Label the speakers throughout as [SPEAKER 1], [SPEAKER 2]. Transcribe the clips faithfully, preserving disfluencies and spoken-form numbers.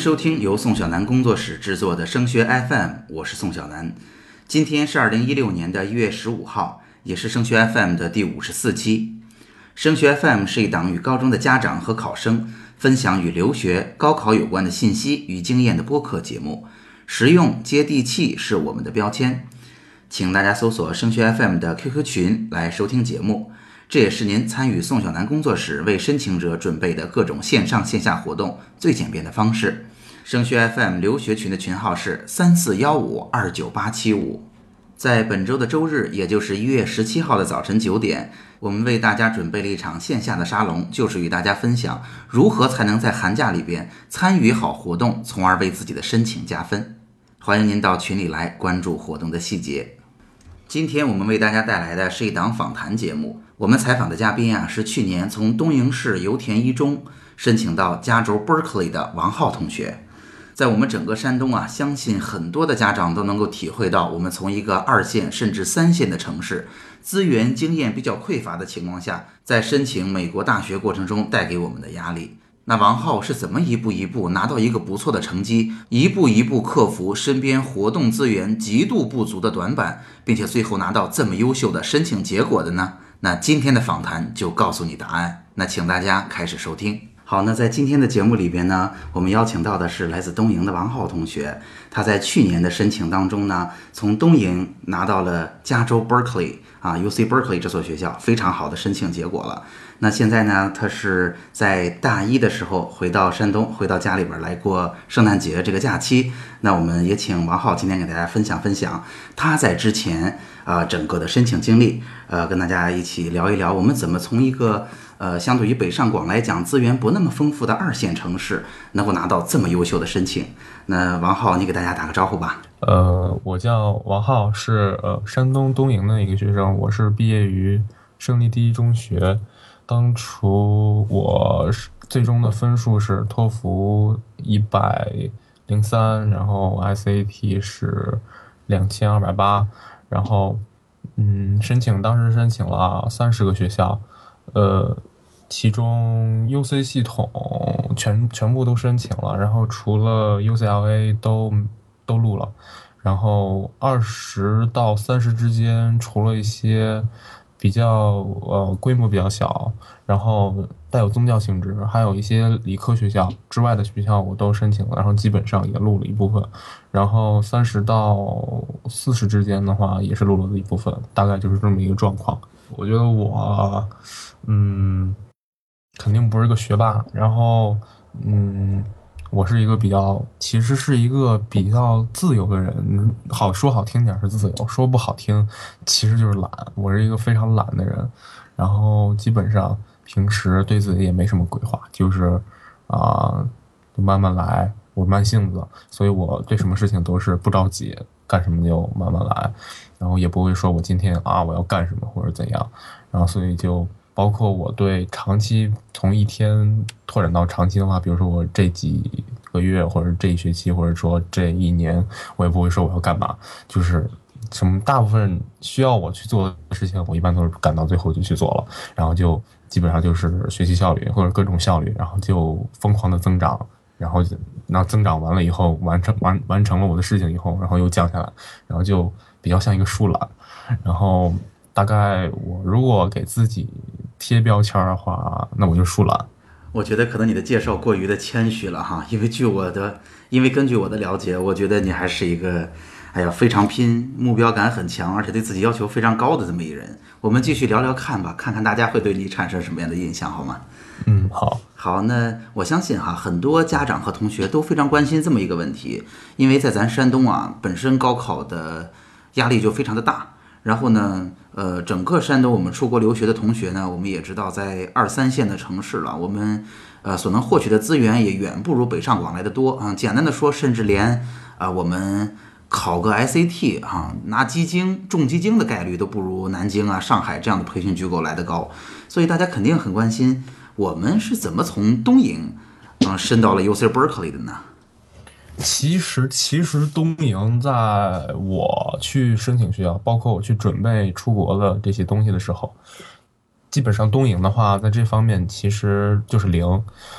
[SPEAKER 1] 收听由宋小南工作室制作的升学 F M， 我是宋小南。今天是二零一六年的一月十五号，也是升学 F M 的第五十四期。升学 F M 是一档与高中的家长和考生分享与留学、高考有关的信息与经验的播客节目，实用接地气是我们的标签。请大家搜索升学 F M 的 Q Q 群来收听节目，这也是您参与宋小南工作室为申请者准备的各种线上线下活动最简便的方式。升学 F M 留学群的群号是三四一五二九八七五。在本周的周日，也就是一月十七号的早晨九点，我们为大家准备了一场线下的沙龙，就是与大家分享如何才能在寒假里边参与好活动，从而为自己的申请加分。欢迎您到群里来关注活动的细节。今天我们为大家带来的是一档访谈节目，我们采访的嘉宾啊是去年从东营市油田一中申请到加州 Berkeley 的王浩同学。在我们整个山东啊，相信很多的家长都能够体会到，我们从一个二线甚至三线的城市，资源经验比较匮乏的情况下，在申请美国大学过程中带给我们的压力。那王浩是怎么一步一步拿到一个不错的成绩，一步一步克服身边活动资源极度不足的短板，并且最后拿到这么优秀的申请结果的呢？那今天的访谈就告诉你答案。那请大家开始收听。好，那在今天的节目里边呢，我们邀请到的是来自东营的王浩同学。他在去年的申请当中呢，从东营拿到了加州 Berkeley 啊 U C Berkeley 这所学校非常好的申请结果了。那现在呢，他是在大一的时候回到山东，回到家里边来过圣诞节这个假期。那我们也请王浩今天给大家分享分享他在之前啊、呃、整个的申请经历，呃，跟大家一起聊一聊我们怎么从一个呃相对于北上广来讲资源不那么丰富的二线城市，能够拿到这么优秀的申请。那王浩，你给大家打个招呼吧。
[SPEAKER 2] 呃，我叫王浩，是呃山东东营的一个学生，我是毕业于胜利第一中学。当初我最终的分数是托福一百零三，然后 S A T 是两千二百八，然后嗯，申请当时申请了三十个学校，呃，其中 U C 系统全全部都申请了，然后除了 U C L A 都都录了，然后二十到三十之间，除了一些比较呃规模比较小，然后带有宗教性质，还有一些理科学校之外的学校我都申请了，然后基本上也录了一部分。然后三十到四十之间的话也是录了一部分，大概就是这么一个状况。我觉得我嗯肯定不是个学霸，然后嗯我是一个比较，其实是一个比较自由的人，好说好听点是自由，说不好听其实就是懒。我是一个非常懒的人，然后基本上平时对自己也没什么规划，就是啊、呃，就慢慢来，我慢性子，所以我对什么事情都是不着急，干什么就慢慢来，然后也不会说我今天啊我要干什么或者怎样，然后所以就包括我对长期从一天拓展到长期的话，比如说我这几个月或者这一学期或者说这一年，我也不会说我要干嘛，就是什么大部分需要我去做的事情，我一般都是赶到最后就去做了，然后就基本上就是学习效率或者各种效率，然后就疯狂的增长，然后然后增长完了以后完成完完成了我的事情以后，然后又降下来，然后就比较像一个树懒。然后大概我如果给自己贴标签的话，那我就树懒。
[SPEAKER 1] 我觉得可能你的介绍过于的谦虚了哈，因为据我的，因为根据我的了解，我觉得你还是一个，哎呀，非常拼，目标感很强，而且对自己要求非常高的这么一人。我们继续聊聊看吧，看看大家会对你产生什么样的印象，好吗？
[SPEAKER 2] 嗯，好，
[SPEAKER 1] 好，那我相信哈，很多家长和同学都非常关心这么一个问题，因为在咱山东啊，本身高考的压力就非常的大。然后呢，呃，整个山东我们出国留学的同学呢，我们也知道，在二三线的城市了，我们呃所能获取的资源也远不如北上广来的多啊。简单的说，甚至连啊、呃、我们考个 S A T 啊拿基金中基金的概率都不如南京啊、上海这样的培训机构来得高。所以大家肯定很关心，我们是怎么从东营啊、呃、升到了 U C Berkeley 的呢？
[SPEAKER 2] 其实，其实东营在我去申请学校，包括我去准备出国的这些东西的时候，基本上东营的话，在这方面其实就是零。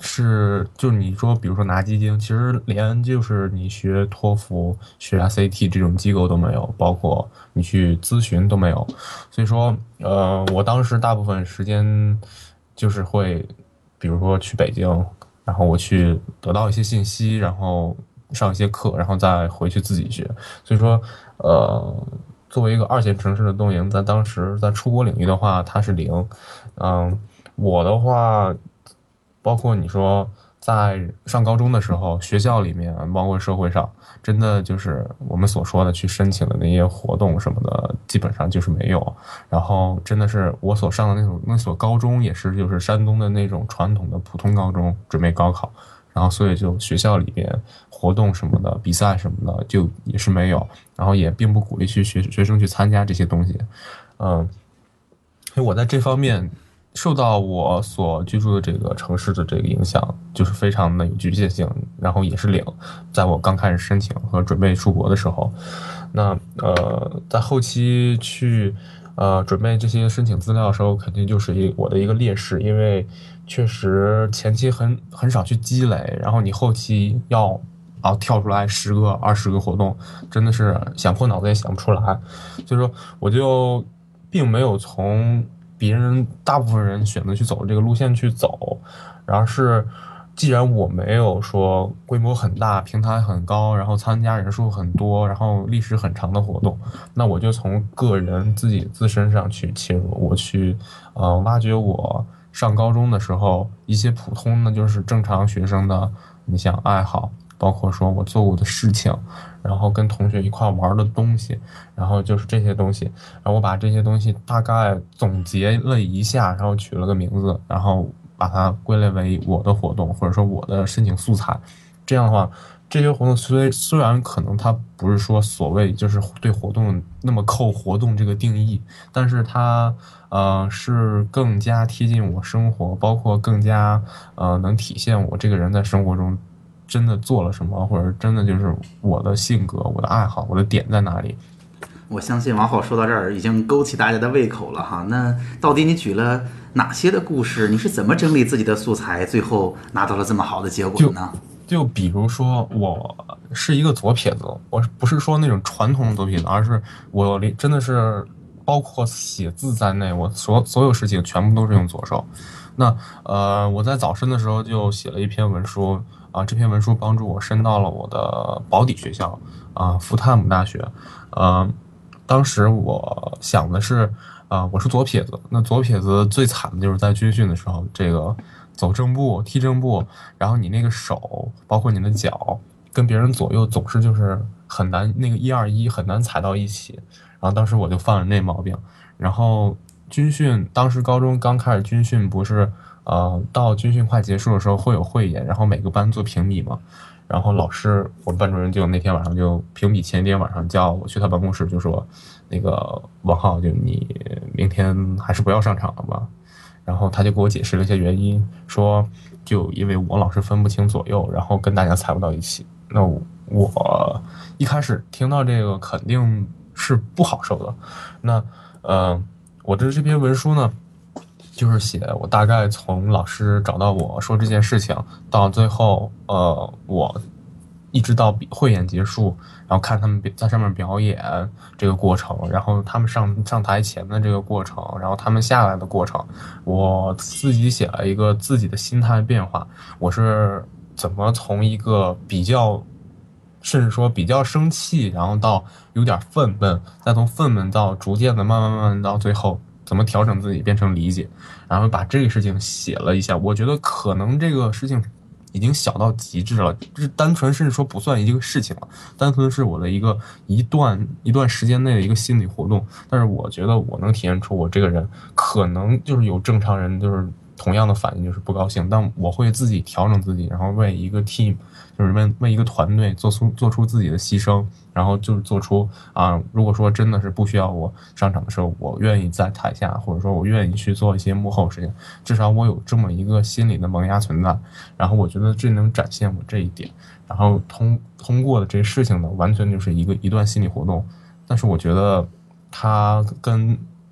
[SPEAKER 2] 是，就是你说，比如说拿基金，其实连就是你学托福、学 S A T 这种机构都没有，包括你去咨询都没有。所以说，呃，我当时大部分时间就是会，比如说去北京，然后我去得到一些信息，然后上一些课，然后再回去自己学。所以说，呃，作为一个二线城市的东营，在当时在出国领域的话，它是零。嗯，我的话。包括你说在上高中的时候，学校里面，包括社会上，真的就是我们所说的去申请的那些活动什么的，基本上就是没有。然后真的是我所上的那所那所高中，也是就是山东的那种传统的普通高中，准备高考。然后所以就学校里边活动什么的，比赛什么的，就也是没有。然后也并不鼓励去学学生去参加这些东西。嗯，所以我在这方面受到我所居住的这个城市的这个影响，就是非常的有局限性，然后也是零。在我刚开始申请和准备出国的时候，那呃，在后期去呃准备这些申请资料的时候，肯定就是一我的一个劣势，因为确实前期很很少去积累，然后你后期要啊跳出来十个二十个活动，真的是想破脑子也想不出来。所以说，我就并没有从别人大部分人选择去走这个路线去走，而是既然我没有说规模很大、平台很高，然后参加人数很多，然后历史很长的活动，那我就从个人自己自身上去切入，我去呃挖掘我上高中的时候一些普通的就是正常学生的，你像爱好，包括说我做过的事情，然后跟同学一块玩的东西，然后就是这些东西，然后我把这些东西大概总结了一下，然后取了个名字，然后把它归类为我的活动，或者说我的申请素材。这样的话，这些活动虽虽然可能它不是说所谓就是对活动那么扣活动这个定义，但是它呃是更加贴近我生活，包括更加呃能体现我这个人在生活中真的做了什么，或者真的就是我的性格、我的爱好、我的点在哪里。
[SPEAKER 1] 我相信王浩说到这儿已经勾起大家的胃口了哈。那到底你举了哪些的故事？你是怎么整理自己的素材，最后拿到了这么好的结果呢？
[SPEAKER 2] 就比如说，我是一个左撇子，我不是说那种传统的左撇子，而是我真的是包括写字在内，我所所有事情全部都是用左手。那呃，我在早申的时候就写了一篇文书啊、呃，这篇文书帮助我申到了我的保底学校啊，福特姆大学。呃，当时我想的是啊、呃，我是左撇子，那左撇子最惨的就是在军训的时候，这个走正步、踢正步，然后你那个手，包括你的脚，跟别人左右总是就是很难，那个一二一很难踩到一起。然后当时我就犯了那毛病，然后军训，当时高中刚开始军训，不是呃到军训快结束的时候会有汇演，然后每个班做评比嘛。然后老师，我们班主任就那天晚上就评比前一天晚上叫我去他办公室，就说那个王浩，就你明天还是不要上场了吧。然后他就给我解释了一些原因，说就因为我老是分不清左右，然后跟大家踩不到一起。那我我一开始听到这个肯定是不好受的。那呃，我的这篇文书呢，就是写我大概从老师找到我说这件事情，到最后呃我一直到汇演结束，然后看他们在上面表演这个过程，然后他们上上台前的这个过程，然后他们下来的过程，我自己写了一个自己的心态变化，我是怎么从一个比较甚至说比较生气，然后到有点愤懑，再从愤懑到逐渐的慢慢慢慢到最后怎么调整自己变成理解，然后把这个事情写了一下。我觉得可能这个事情已经小到极致了，就是单纯甚至说不算一个事情了，单纯是我的一个一段一段时间内的一个心理活动。但是我觉得我能体现出我这个人可能就是有正常人就是同样的反应，就是不高兴，但我会自己调整自己，然后为一个 team， 就是为为一个团队做出做出自己的牺牲，然后就是做出啊、呃，如果说真的是不需要我上场的时候，我愿意在台下，或者说我愿意去做一些幕后事情，至少我有这么一个心理的萌芽存在，然后我觉得这能展现我这一点，然后通通过的这些事情呢，完全就是一个一段心理活动，但是我觉得它跟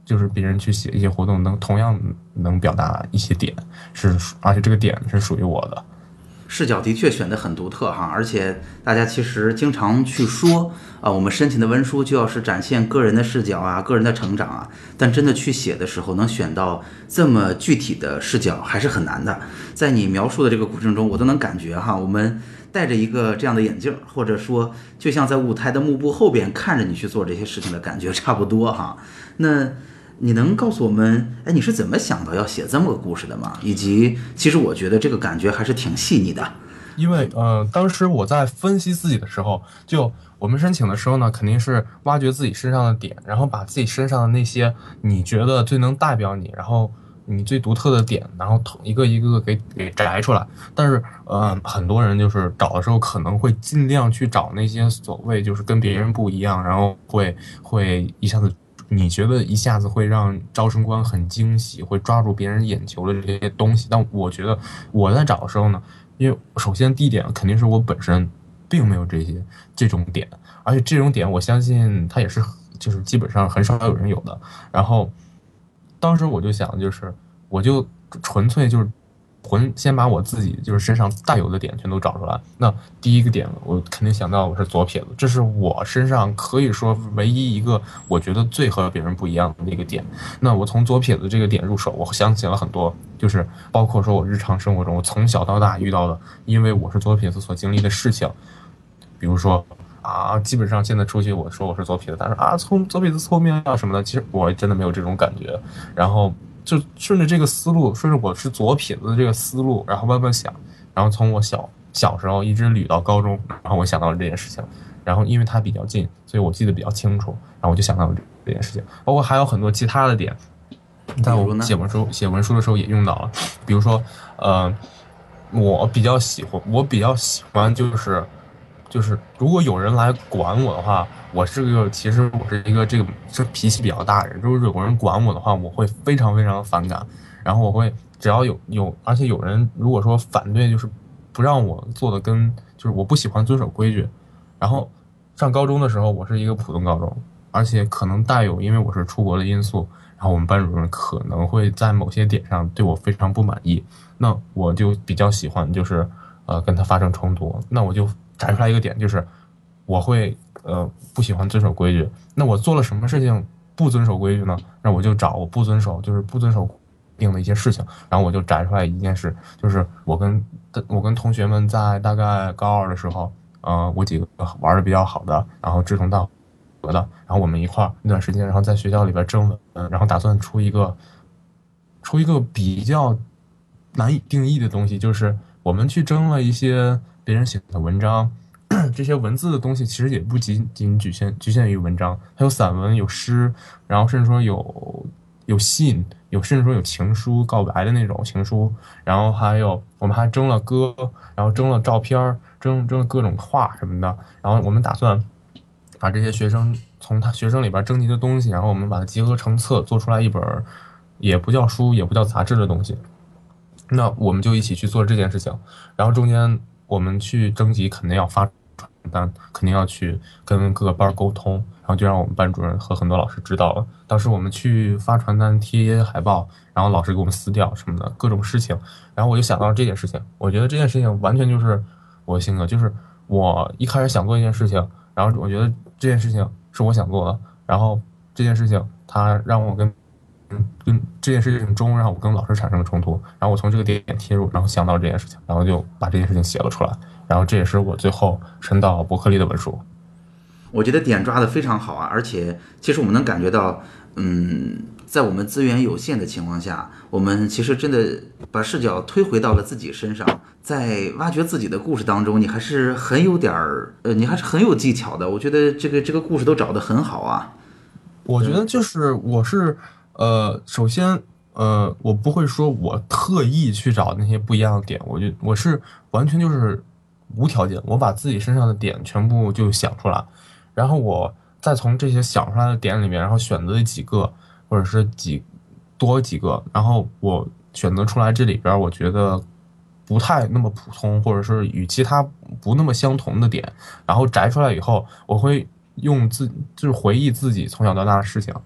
[SPEAKER 2] 就是别人去写一些活动能同样能表达一些点，是而且这个点是属于我的。
[SPEAKER 1] 视角的确选得很独特哈，而且大家其实经常去说啊，我们申请的文书就要是展现个人的视角啊，个人的成长啊，但真的去写的时候，能选到这么具体的视角还是很难的。在你描述的这个过程中，我都能感觉哈，我们戴着一个这样的眼镜，或者说就像在舞台的幕布后边看着你去做这些事情的感觉差不多哈。那你能告诉我们，哎，你是怎么想到要写这么个故事的吗？以及，其实我觉得这个感觉还是挺细腻的。
[SPEAKER 2] 因为呃，当时我在分析自己的时候，就我们申请的时候呢，肯定是挖掘自己身上的点，然后把自己身上的那些你觉得最能代表你，然后你最独特的点，然后一个一个给给摘出来。但是呃，很多人就是找的时候可能会尽量去找那些所谓就是跟别人不一样，然后会会一下子。你觉得一下子会让招生官很惊喜，会抓住别人眼球的这些东西，但我觉得我在找的时候呢，因为首先第一点肯定是我本身并没有这些这种点，而且这种点我相信它也是就是基本上很少有人有的。然后当时我就想，就是我就纯粹就是纯先把我自己就是身上带有的点全都找出来。那第一个点我肯定想到我是左撇子，这是我身上可以说唯一一个我觉得最和别人不一样的那个点。那我从左撇子这个点入手，我想起了很多，就是包括说我日常生活中我从小到大遇到的因为我是左撇子所经历的事情。比如说啊，基本上现在出去我说我是左撇子，他说啊从左撇子聪明啊什么的，其实我真的没有这种感觉。然后就顺着这个思路，顺着我是左撇子的这个思路，然后慢慢想，然后从我小小时候一直捋到高中，然后我想到了这件事情。然后因为它比较近，所以我记得比较清楚，然后我就想到了这件事情。包括还有很多其他的点，在我写文书写文书的时候也用到了。比如说，呃，我比较喜欢，我比较喜欢就是。就是如果有人来管我的话，我是个其实我是一个这个是脾气比较大的人。如果有人管我的话，我会非常非常反感。然后我会只要有有，而且有人如果说反对，就是不让我做的跟就是我不喜欢遵守规矩。然后上高中的时候，我是一个普通高中，而且可能带有因为我是出国的因素，然后我们班主任可能会在某些点上对我非常不满意。那我就比较喜欢就是呃跟他发生冲突，那我就。展出来一个点，就是我会呃不喜欢遵守规矩。那我做了什么事情不遵守规矩呢？那我就找我不遵守，就是不遵守定的一些事情，然后我就摘出来一件事，就是我跟我跟同学们在大概高二的时候，呃，我几个玩的比较好的，然后志同道合的，然后我们一块儿那段时间，然后在学校里边争论，然后打算出一个出一个比较难以定义的东西，就是我们去争了一些。别人写的文章，这些文字的东西其实也不仅仅局限局限于文章，还有散文、有诗，然后甚至说有有信，有甚至说有情书、告白的那种情书，然后还有我们还争了歌，然后争了照片，争争了各种画什么的。然后我们打算把这些学生从他学生里边征集的东西，然后我们把它结合成册，做出来一本也不叫书也不叫杂志的东西。那我们就一起去做这件事情，然后中间。我们去征集肯定要发传单，肯定要去跟各个班沟通，然后就让我们班主任和很多老师知道了。当时我们去发传单、贴海报，然后老师给我们撕掉什么的各种事情，然后我就想到这件事情。我觉得这件事情完全就是我的性格，就是我一开始想做一件事情，然后我觉得这件事情是我想做的，然后这件事情它让我跟嗯，跟这件事情中让我跟老师产生了冲突，然后我从这个点切入，然后想到这件事情，然后就把这件事情写了出来，然后这也是我最后申到伯克利的文书。
[SPEAKER 1] 我觉得点抓得非常好啊，而且其实我们能感觉到，嗯，在我们资源有限的情况下，我们其实真的把视角推回到了自己身上，在挖掘自己的故事当中，你还是很有点儿，呃，你还是很有技巧的。我觉得这个这个故事都找得很好啊。
[SPEAKER 2] 我觉得就是我是。呃，首先，呃，我不会说我特意去找那些不一样的点，我就我是完全就是无条件，我把自己身上的点全部就想出来，然后我再从这些想出来的点里面，然后选择几个或者是几多几个，然后我选择出来这里边我觉得不太那么普通，或者是与其他不那么相同的点，然后摘出来以后，我会用自就是回忆自己从小到大的事情。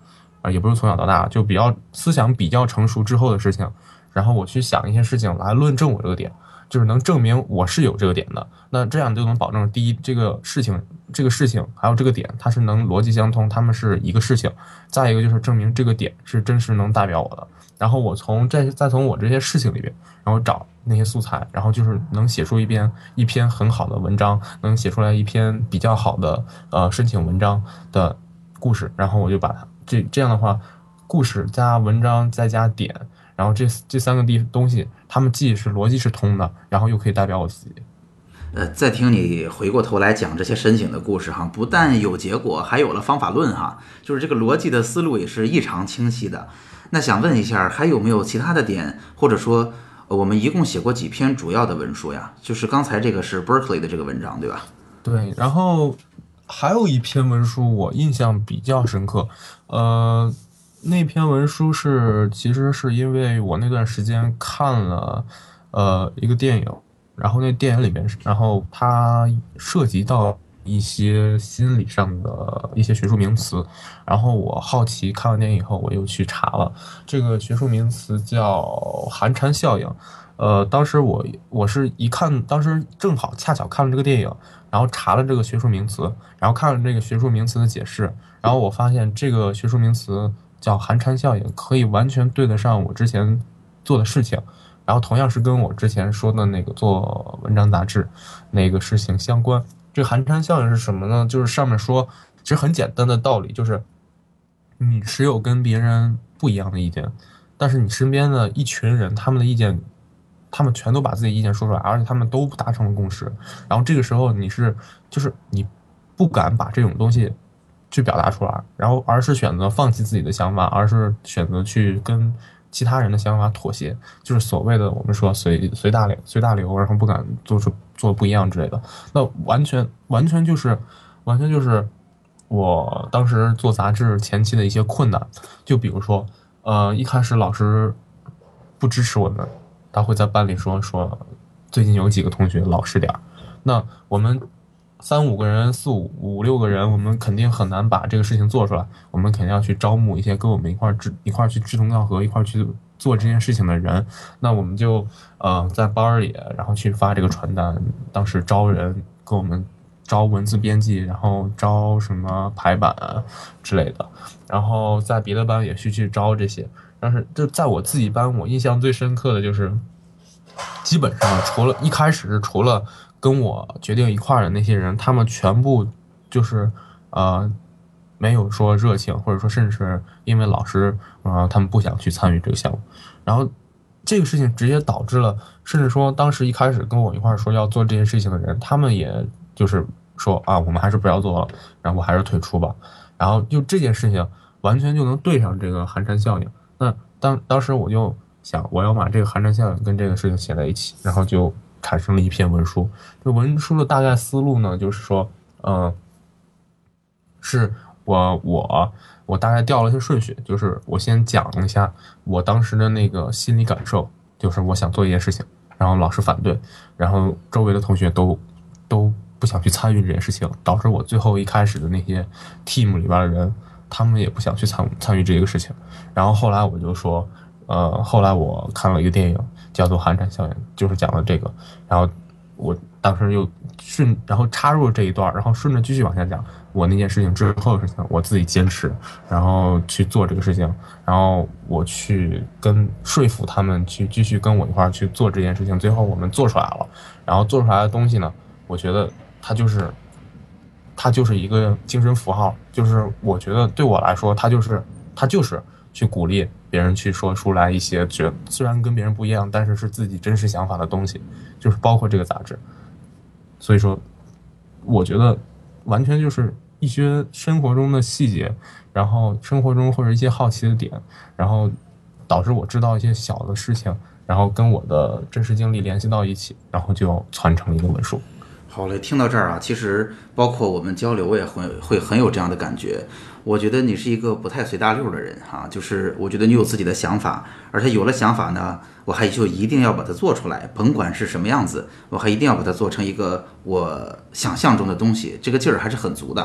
[SPEAKER 2] 啊，也不是从小到大，就比较思想比较成熟之后的事情，然后我去想一些事情来论证我这个点，就是能证明我是有这个点的。那这样就能保证第一，这个事情这个事情还有这个点它是能逻辑相通，它们是一个事情。再一个就是证明这个点是真实能代表我的。然后我从这再从我这些事情里边，然后找那些素材，然后就是能写出一篇一篇很好的文章，能写出来一篇比较好的呃申请文章的故事，然后我就把它这这样的话，故事加文章再加点，然后这这三个地东西，它们既是逻辑是通的，然后又可以代表我自己。
[SPEAKER 1] 呃，再听你回过头来讲这些申请的故事哈，不但有结果，还有了方法论哈，就是这个逻辑的思路也是异常清晰的。那想问一下，还有没有其他的点，或者说，呃我们一共写过几篇主要的文书呀？就是刚才这个是 Berkeley 的这个文章，对吧？
[SPEAKER 2] 对，然后还有一篇文书我印象比较深刻，呃，那篇文书是其实是因为我那段时间看了呃一个电影，然后那电影里面，然后它涉及到一些心理上的一些学术名词，然后我好奇看完电影以后，我又去查了这个学术名词叫寒蝉效应。呃，当时我我是一看，当时正好恰巧看了这个电影，然后查了这个学术名词，然后看了这个学术名词的解释，然后我发现这个学术名词叫寒蝉效应，可以完全对得上我之前做的事情。然后同样是跟我之前说的那个做文章杂志那个事情相关。这个寒蝉效应是什么呢？就是上面说，其实很简单的道理，就是你持有跟别人不一样的意见，但是你身边的一群人，他们的意见，他们全都把自己意见说出来，而且他们都达成了共识。然后这个时候你是，就是你不敢把这种东西去表达出来，然后而是选择放弃自己的想法，而是选择去跟其他人的想法妥协，就是所谓的我们说随随大流随大流，然后不敢做出做不一样之类的。那完全完全就是完全就是我当时做杂志前期的一些困难。就比如说，呃，一开始老师不支持我们，他会在班里说说最近有几个同学老实点儿。那我们三五个人、四五五六个人，我们肯定很难把这个事情做出来。我们肯定要去招募一些跟我们一块儿志一块儿去志同道合、一块儿去做这件事情的人。那我们就呃在班里，然后去发这个传单。当时招人，跟我们招文字编辑，然后招什么排版之类的。然后在别的班也去去招这些。但是就在我自己班，我印象最深刻的就是，基本上除了一开始除了跟我决定一块儿的那些人，他们全部就是呃没有说热情，或者说甚至因为老师呃他们不想去参与这个项目。然后这个事情直接导致了，甚至说当时一开始跟我一块儿说要做这件事情的人，他们也就是说啊，我们还是不要做了，然后我还是退出吧。然后就这件事情完全就能对上这个寒蝉效应。那当当时我就想，我要把这个寒蝉效应跟这个事情写在一起，然后就产生了一篇文书。这文书的大概思路呢，就是说，呃，是我我我大概调了一些顺序，就是我先讲一下我当时的那个心理感受，就是我想做一件事情，然后老师反对，然后周围的同学都都不想去参与这件事情，导致我最后一开始的那些 team 里边的人，他们也不想去参参与这个事情。然后后来我就说，呃，后来我看了一个电影叫做《寒蝉效应》，就是讲了这个。然后我当时又顺，然后插入这一段，然后顺着继续往下讲我那件事情之后的事情，我自己坚持，然后去做这个事情，然后我去跟说服他们去继续跟我一块儿去做这件事情。最后我们做出来了，然后做出来的东西呢，我觉得它就是它就是一个精神符号，就是我觉得对我来说，它就是它就是去鼓励别人去说出来一些觉得虽然跟别人不一样，但是是自己真实想法的东西，就是包括这个杂志。所以说我觉得完全就是一些生活中的细节，然后生活中或者一些好奇的点，然后导致我知道一些小的事情，然后跟我的真实经历联系到一起，然后就传成一个文书。
[SPEAKER 1] 好嘞，听到这儿啊，其实包括我们交流，我也会会很有这样的感觉。我觉得你是一个不太随大溜的人哈、啊，就是我觉得你有自己的想法，而且有了想法呢，我还就一定要把它做出来，甭管是什么样子，我还一定要把它做成一个我想象中的东西，这个劲儿还是很足的。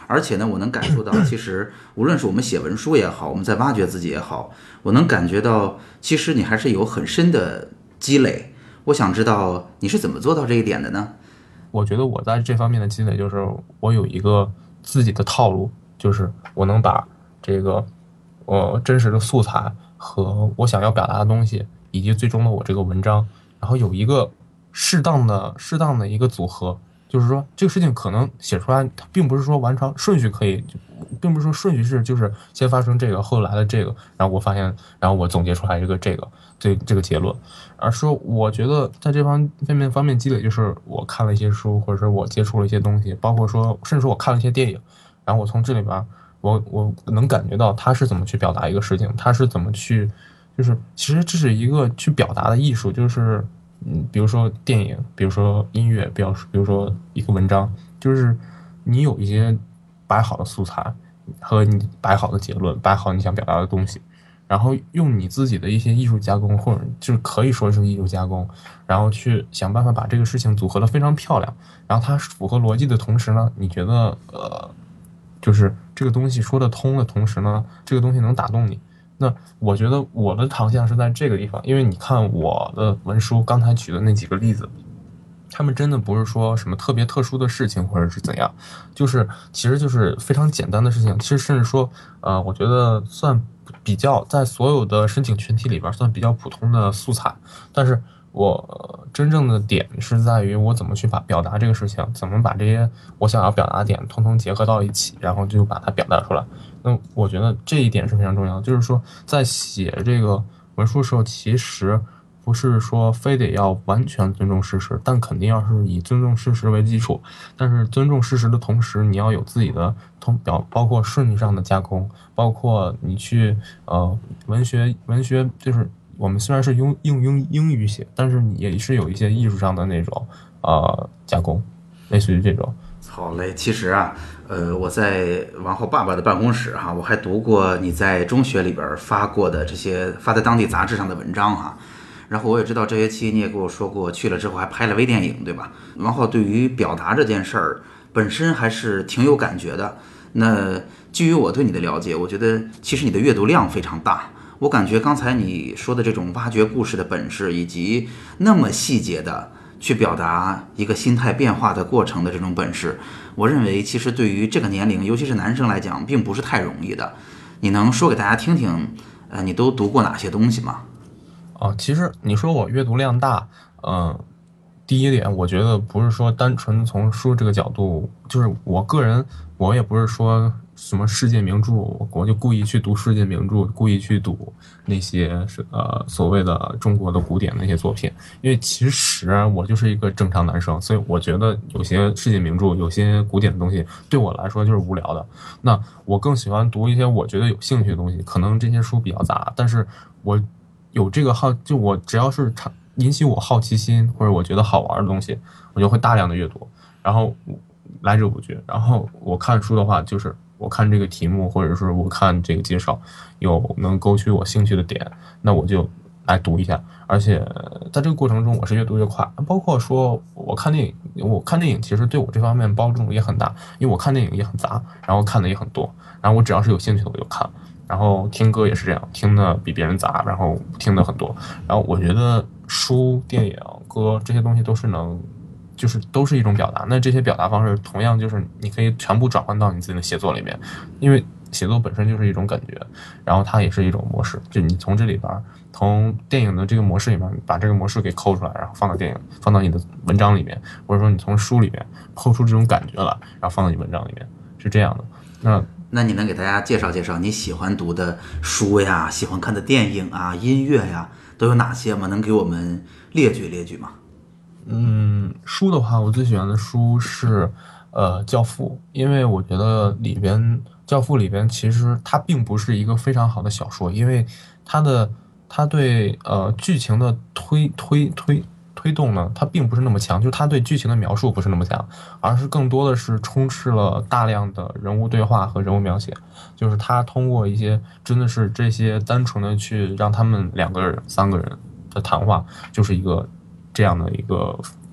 [SPEAKER 1] 而且呢，我能感受到，其实无论是我们写文书也好，我们在挖掘自己也好，我能感觉到，其实你还是有很深的积累。我想知道你是怎么做到这一点的呢？
[SPEAKER 2] 我觉得我在这方面的积累就是我有一个自己的套路，就是我能把这个呃真实的素材和我想要表达的东西，以及最终的我这个文章，然后有一个适当的适当的一个组合。就是说这个事情可能写出来，它并不是说完成顺序可以，并不是说顺序是就是先发生这个，后来的这个，然后我发现，然后我总结出来这个这个这这个结论，而说我觉得在这方面方面积累，就是我看了一些书，或者是我接触了一些东西，包括说甚至说我看了一些电影，然后我从这里边我我能感觉到他是怎么去表达一个事情，他是怎么去，就是其实这是一个去表达的艺术，就是。嗯，比如说电影，比如说音乐，比如比如说一个文章，就是你有一些摆好的素材和你摆好的结论，摆好你想表达的东西，然后用你自己的一些艺术加工，或者就是可以说是艺术加工，然后去想办法把这个事情组合得非常漂亮，然后它符合逻辑的同时呢，你觉得呃，就是这个东西说得通的同时呢，这个东西能打动你。那我觉得我的长项是在这个地方，因为你看我的文书刚才举的那几个例子，他们真的不是说什么特别特殊的事情或者是怎样，就是其实就是非常简单的事情，其实甚至说呃，我觉得算比较在所有的申请群体里边算比较普通的素材，但是我真正的点是在于我怎么去把表达这个事情，怎么把这些我想要表达的点通通结合到一起，然后就把它表达出来。那我觉得这一点是非常重要的，就是说在写这个文书的时候，其实不是说非得要完全尊重事实，但肯定要是以尊重事实为基础。但是尊重事实的同时，你要有自己的通表，包括顺序上的加工，包括你去呃文学文学就是我们虽然是用用英英语写，但是你也是有一些艺术上的那种呃加工，类似于这种。
[SPEAKER 1] 好嘞，其实啊，呃，我在王浩爸爸的办公室哈、啊，我还读过你在中学里边发过的这些发在当地杂志上的文章哈、啊。然后我也知道这学期你也跟我说过，去了之后还拍了微电影，对吧？王浩对于表达这件事儿本身还是挺有感觉的。那基于我对你的了解，我觉得其实你的阅读量非常大。我感觉刚才你说的这种挖掘故事的本事，以及那么细节的去表达一个心态变化的过程的这种本事，我认为其实对于这个年龄，尤其是男生来讲，并不是太容易的。你能说给大家听听，呃，你都读过哪些东西吗？
[SPEAKER 2] 哦，其实你说我阅读量大，嗯、呃，第一点，我觉得不是说单纯从书这个角度，就是我个人，我也不是说什么世界名著，我就故意去读世界名著，故意去读那些是呃所谓的中国的古典那些作品，因为其实我就是一个正常男生，所以我觉得有些世界名著、有些古典的东西对我来说就是无聊的。那我更喜欢读一些我觉得有兴趣的东西，可能这些书比较杂，但是我有这个好，就我只要是引起我好奇心或者我觉得好玩的东西，我就会大量的阅读，然后来者不拒。然后我看书的话，就是我看这个题目或者是我看这个介绍有能勾起我兴趣的点，那我就来读一下。而且在这个过程中，我是越读越快。包括说我看电影，我看电影其实对我这方面帮助也很大，因为我看电影也很杂，然后看的也很多，然后我只要是有兴趣的我就看。然后听歌也是这样，听的比别人杂，然后听的很多。然后我觉得书、电影、歌这些东西都是能，就是都是一种表达。那这些表达方式同样就是你可以全部转换到你自己的写作里面，因为写作本身就是一种感觉，然后它也是一种模式。就你从这里边，从电影的这个模式里面把这个模式给抠出来，然后放到电影，放到你的文章里面，或者说你从书里面抠出这种感觉来，然后放到你文章里面，是这样的。那
[SPEAKER 1] 那你能给大家介绍介绍你喜欢读的书呀，喜欢看的电影啊，音乐呀，都有哪些吗？能给我们列举列举吗？
[SPEAKER 2] 嗯，书的话，我最喜欢的书是呃《教父》，因为我觉得里边《教父》里边其实它并不是一个非常好的小说，因为它的它对呃剧情的推推推推动呢，它并不是那么强，就是它对剧情的描述不是那么强，而是更多的是充斥了大量的人物对话和人物描写，就是他通过一些真的是这些单纯的去让他们两个人、三个人的谈话，就是一个这样的一个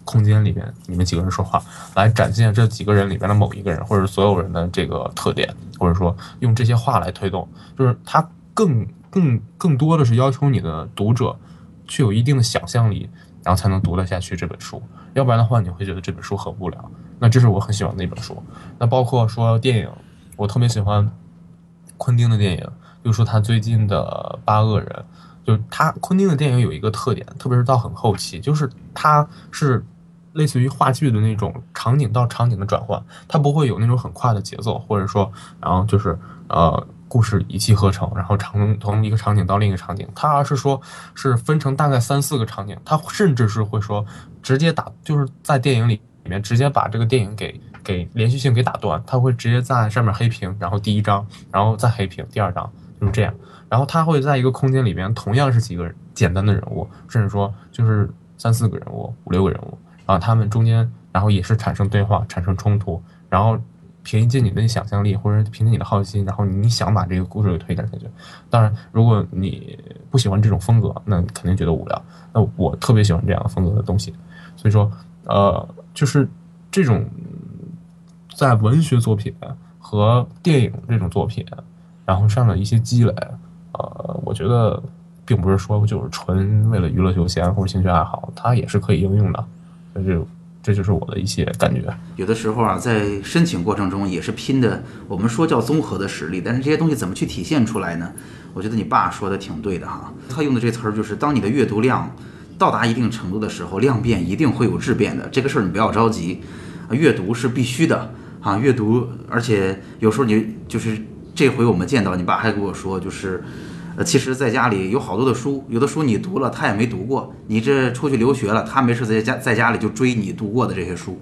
[SPEAKER 2] 空间里面你们几个人说话，来展现这几个人里边的某一个人或者所有人的这个特点，或者说用这些话来推动，就是它更更更多的是要求你的读者具有一定的想象力，然后才能读得下去这本书，要不然的话你会觉得这本书很无聊。那这是我很喜欢的一本书。那包括说电影，我特别喜欢昆汀的电影，比如说他最近的《八恶人》，就是他昆汀的电影有一个特点，特别是到很后期，就是他是类似于话剧的那种场景到场景的转换，它不会有那种很快的节奏，或者说然后就是呃故事一气呵成，然后从从一个场景到另一个场景，它而是说是分成大概三四个场景，它甚至是会说直接打，就是在电影里里面直接把这个电影给给连续性给打断，它会直接在上面黑屏，然后第一章，然后再黑屏第二章，就是这样。然后它会在一个空间里面同样是几个简单的人物，甚至说就是三四个人物、五六个人物，然后他们中间然后也是产生对话、产生冲突，然后凭借你的想象力或者凭借你的好奇心，然后你想把这个故事给推展下去。当然，如果你不喜欢这种风格，那肯定觉得无聊。那我特别喜欢这样的风格的东西，所以说，呃，就是这种在文学作品和电影这种作品，然后上的一些积累，呃，我觉得并不是说就是纯为了娱乐休闲或者兴趣爱好，它也是可以应用的。这就这就是我的一些感觉。
[SPEAKER 1] 有的时候啊，在申请过程中也是拼的，我们说叫综合的实力，但是这些东西怎么去体现出来呢？我觉得你爸说的挺对的哈，他用的这词儿就是，当你的阅读量到达一定程度的时候，量变一定会有质变的。这个事儿你不要着急，啊，阅读是必须的啊，阅读，而且有时候你就是这回我们见到你爸还跟我说，就是呃，其实在家里有好多的书，有的书你读了他也没读过，你这出去留学了，他没事在家在家里就追你读过的这些书。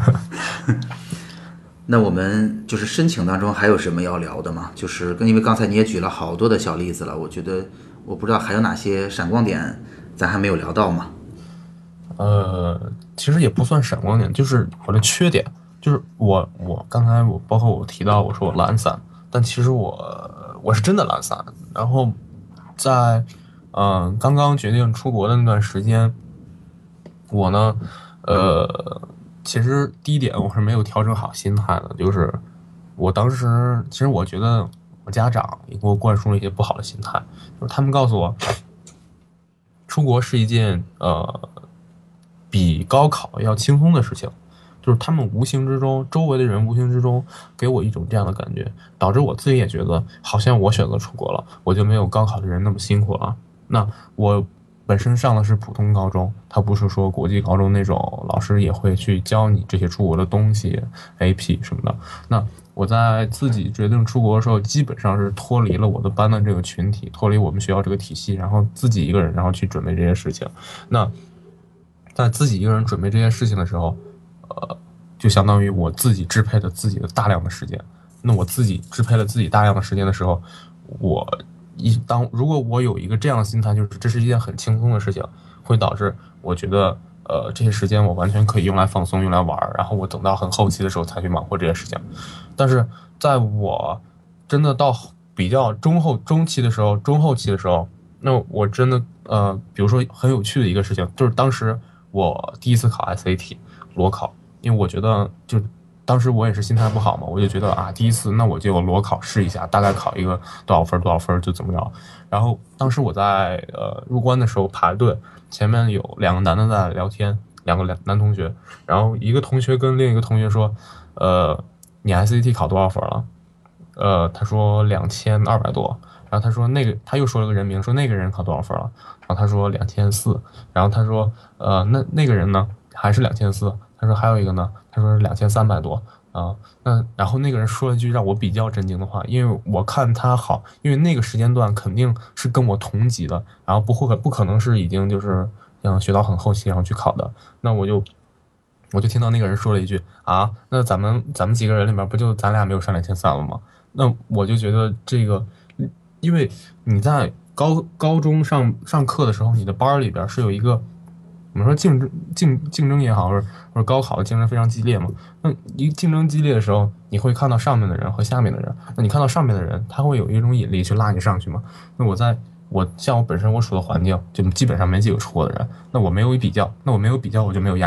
[SPEAKER 1] 那我们就是申请当中还有什么要聊的吗？就是跟因为刚才你也举了好多的小例子了，我觉得我不知道还有哪些闪光点咱还没有聊到吗？
[SPEAKER 2] 呃，其实也不算闪光点，就是我的缺点，就是我我刚才我包括我提到我说我懒散，但其实我我是真的懒散。然后在嗯、呃、刚刚决定出国的那段时间，我呢呃其实第一点我是没有调整好心态的，就是我当时其实我觉得我家长也给我灌输了一些不好的心态，就是他们告诉我出国是一件呃比高考要轻松的事情，就是他们无形之中，周围的人无形之中给我一种这样的感觉，导致我自己也觉得好像我选择出国了，我就没有高考的人那么辛苦了。那我本身上的是普通高中，它不是说国际高中那种老师也会去教你这些出国的东西 A P 什么的。那我在自己决定出国的时候，基本上是脱离了我的班的这个群体，脱离我们学校这个体系，然后自己一个人然后去准备这些事情。那在自己一个人准备这些事情的时候，呃，就相当于我自己支配了自己的大量的时间。那我自己支配了自己大量的时间的时候，我一当如果我有一个这样的心态，就是这是一件很轻松的事情，会导致我觉得呃这些时间我完全可以用来放松，用来玩，然后我等到很后期的时候才去忙活这些事情。但是在我真的到比较中后中期的时候，中后期的时候，那我真的呃，比如说很有趣的一个事情，就是当时我第一次考 S A T 裸考，因为我觉得就当时我也是心态不好嘛，我就觉得啊，第一次那我就裸考试一下，大概考一个多少分多少分就怎么着。然后当时我在呃入关的时候排队，前面有两个男的在聊天，两个男同学，然后一个同学跟另一个同学说，呃，你 S A T 考多少分了？呃，他说两千二百多。然后他说那个他又说了个人名，说那个人考多少分了？然后他说两千四。然后他说呃那那个人呢还是两千四。他说还有一个呢，他说是两千三百多啊。那然后那个人说了一句让我比较震惊的话，因为我看他好，因为那个时间段肯定是跟我同级的，然后不会不可能是已经就是嗯学到很后期然后去考的。那我就我就听到那个人说了一句啊，那咱们咱们几个人里面不就咱俩没有上两千三了吗？那我就觉得这个，因为你在高高中上上课的时候，你的班里边是有一个我们说竞争竞竞争也好，或者或者高考的竞争非常激烈嘛。那一竞争激烈的时候，你会看到上面的人和下面的人。那你看到上面的人，他会有一种引力去拉你上去嘛。那我在我像我本身我处的环境，就基本上没几个出国的人。那我没有比较，那我没有比较，我就没有压力。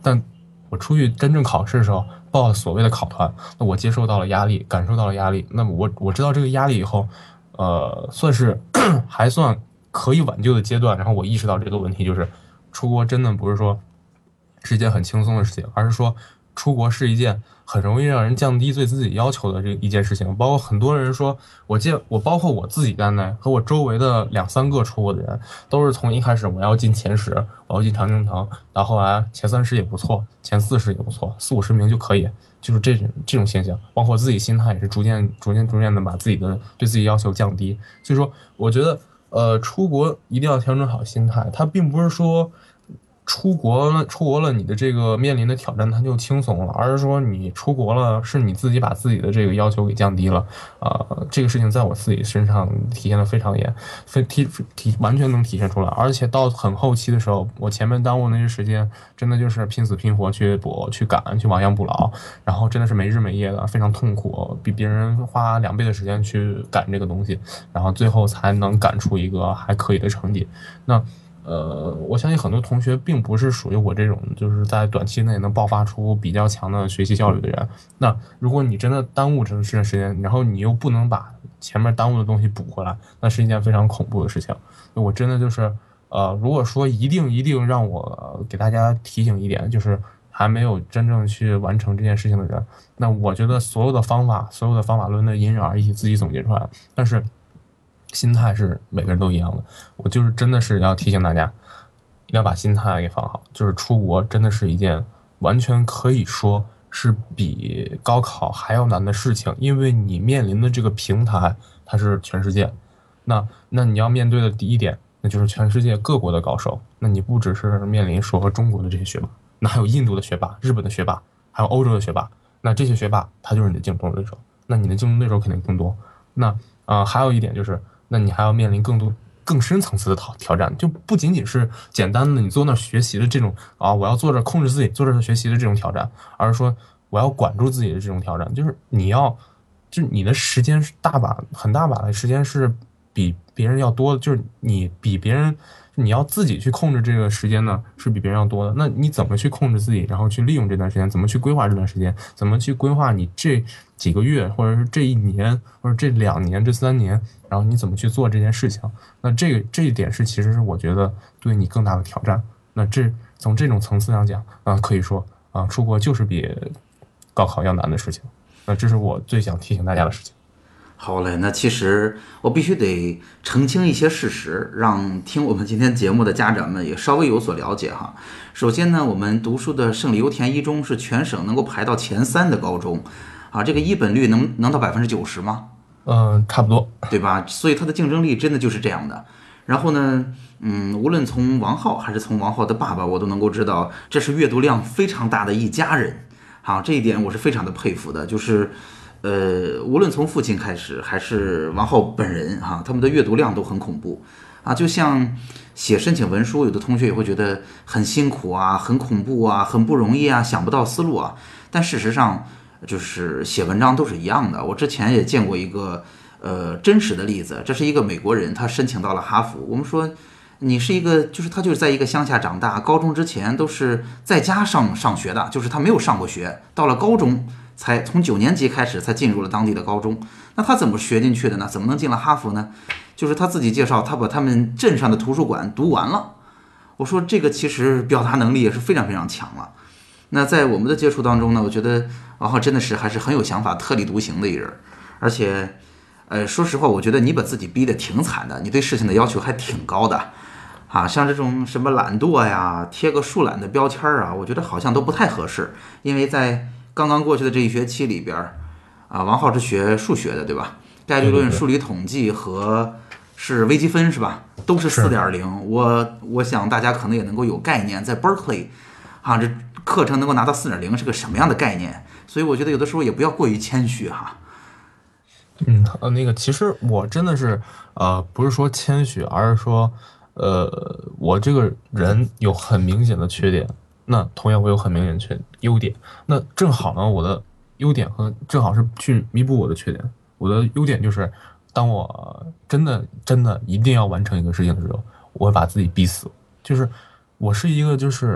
[SPEAKER 2] 但我出去真正考试的时候，报了所谓的考团，那我接受到了压力，感受到了压力。那么我我知道这个压力以后，呃，算是还算可以挽救的阶段。然后我意识到这个问题，就是出国真的不是说是一件很轻松的事情，而是说出国是一件很容易让人降低对自己要求的这一件事情。包括很多人说，我见我包括我自己在内和我周围的两三个出国的人，都是从一开始我要进前十，我要进常青藤，到后来前三十也不错，前四十也不错，四五十名就可以，就是这种这种现象。包括自己心态也是逐渐逐渐逐渐的把自己的对自己要求降低。所以说我觉得呃出国一定要调整好心态，它并不是说出国了，出国了，你的这个面临的挑战它就轻松了，而是说你出国了，是你自己把自己的这个要求给降低了。啊、呃，这个事情在我自己身上体现的非常严，非体体完全能体现出来。而且到很后期的时候，我前面耽误那些时间，真的就是拼死拼活去补、去赶、去亡羊补牢，然后真的是没日没夜的，非常痛苦，比别人花两倍的时间去赶这个东西，然后最后才能赶出一个还可以的成绩。那呃，我相信很多同学并不是属于我这种，就是在短期内能爆发出比较强的学习效率的人。那如果你真的耽误这段时间，然后你又不能把前面耽误的东西补回来，那是一件非常恐怖的事情。我真的就是，呃，如果说一定一定让我给大家提醒一点，就是还没有真正去完成这件事情的人，那我觉得所有的方法，所有的方法论的因人而异，自己总结出来，但是心态是每个人都一样的。我就是真的是要提醒大家，一定要把心态给放好。就是出国真的是一件完全可以说是比高考还要难的事情，因为你面临的这个平台它是全世界。那那你要面对的第一点，那就是全世界各国的高手。那你不只是面临说和中国的这些学霸，那还有印度的学霸、日本的学霸，还有欧洲的学霸。那这些学霸他就是你的竞争对手，那你的竞争对手肯定更多。那啊、呃，还有一点就是，那你还要面临更多更深层次的挑挑战，就不仅仅是简单的你坐那儿学习的这种啊，我要坐这控制自己坐这学习的这种挑战，而是说我要管住自己的这种挑战。就是你要，就你的时间是大把很大把的时间是比别人要多的，就是你比别人。你要自己去控制这个时间呢，是比别人要多的。那你怎么去控制自己，然后去利用这段时间？怎么去规划这段时间？怎么去规划你这几个月，或者是这一年，或者这两年、这三年，然后你怎么去做这件事情？那这个这一点是其实是我觉得对你更大的挑战。那这从这种层次上讲啊、呃，可以说啊、呃，出国就是比高考要难的事情。那这是我最想提醒大家的事情。
[SPEAKER 1] 好嘞，那其实我必须得澄清一些事实，让听我们今天节目的家长们也稍微有所了解哈。首先呢，我们读书的胜利油田一中是全省能够排到前三的高中，啊，这个一本率能能到百分之九十吗？
[SPEAKER 2] 嗯、呃，差不多，
[SPEAKER 1] 对吧？所以它的竞争力真的就是这样的。然后呢，嗯，无论从王浩还是从王浩的爸爸，我都能够知道这是阅读量非常大的一家人，好，这一点我是非常的佩服的，就是。呃，无论从父亲开始，还是王浩本人哈、啊，他们的阅读量都很恐怖啊。就像写申请文书，有的同学也会觉得很辛苦啊，很恐怖啊，很不容易啊，想不到思路啊。但事实上，就是写文章都是一样的。我之前也见过一个呃真实的例子，这是一个美国人，他申请到了哈佛。我们说你是一个，就是他就是在一个乡下长大，高中之前都是在家上上学的，就是他没有上过学，到了高中。才从九年级开始才进入了当地的高中，那他怎么学进去的呢？怎么能进了哈佛呢？就是他自己介绍，他把他们镇上的图书馆读完了。我说这个其实表达能力也是非常非常强了。那在我们的接触当中呢，我觉得王浩真的是还是很有想法、特立独行的一人。而且，呃，说实话，我觉得你把自己逼得挺惨的，你对事情的要求还挺高的。啊，像这种什么懒惰呀、贴个树懒的标签啊，我觉得好像都不太合适，因为在刚刚过去的这一学期里边，啊，王浩是学数学的，对吧？概率论、数理统计和是微积分是吧？都是四点零。我我想大家可能也能够有概念，在 Berkeley， 啊，这课程能够拿到四点零是个什么样的概念？所以我觉得有的时候也不要过于谦虚哈。
[SPEAKER 2] 嗯，呃，那个其实我真的是呃，不是说谦虚，而是说呃，我这个人有很明显的缺点。那同样我有很明显的缺优点，那正好呢，我的优点和正好是去弥补我的缺点。我的优点就是，当我真的真的一定要完成一个事情的时候，我会把自己逼死。就是我是一个就是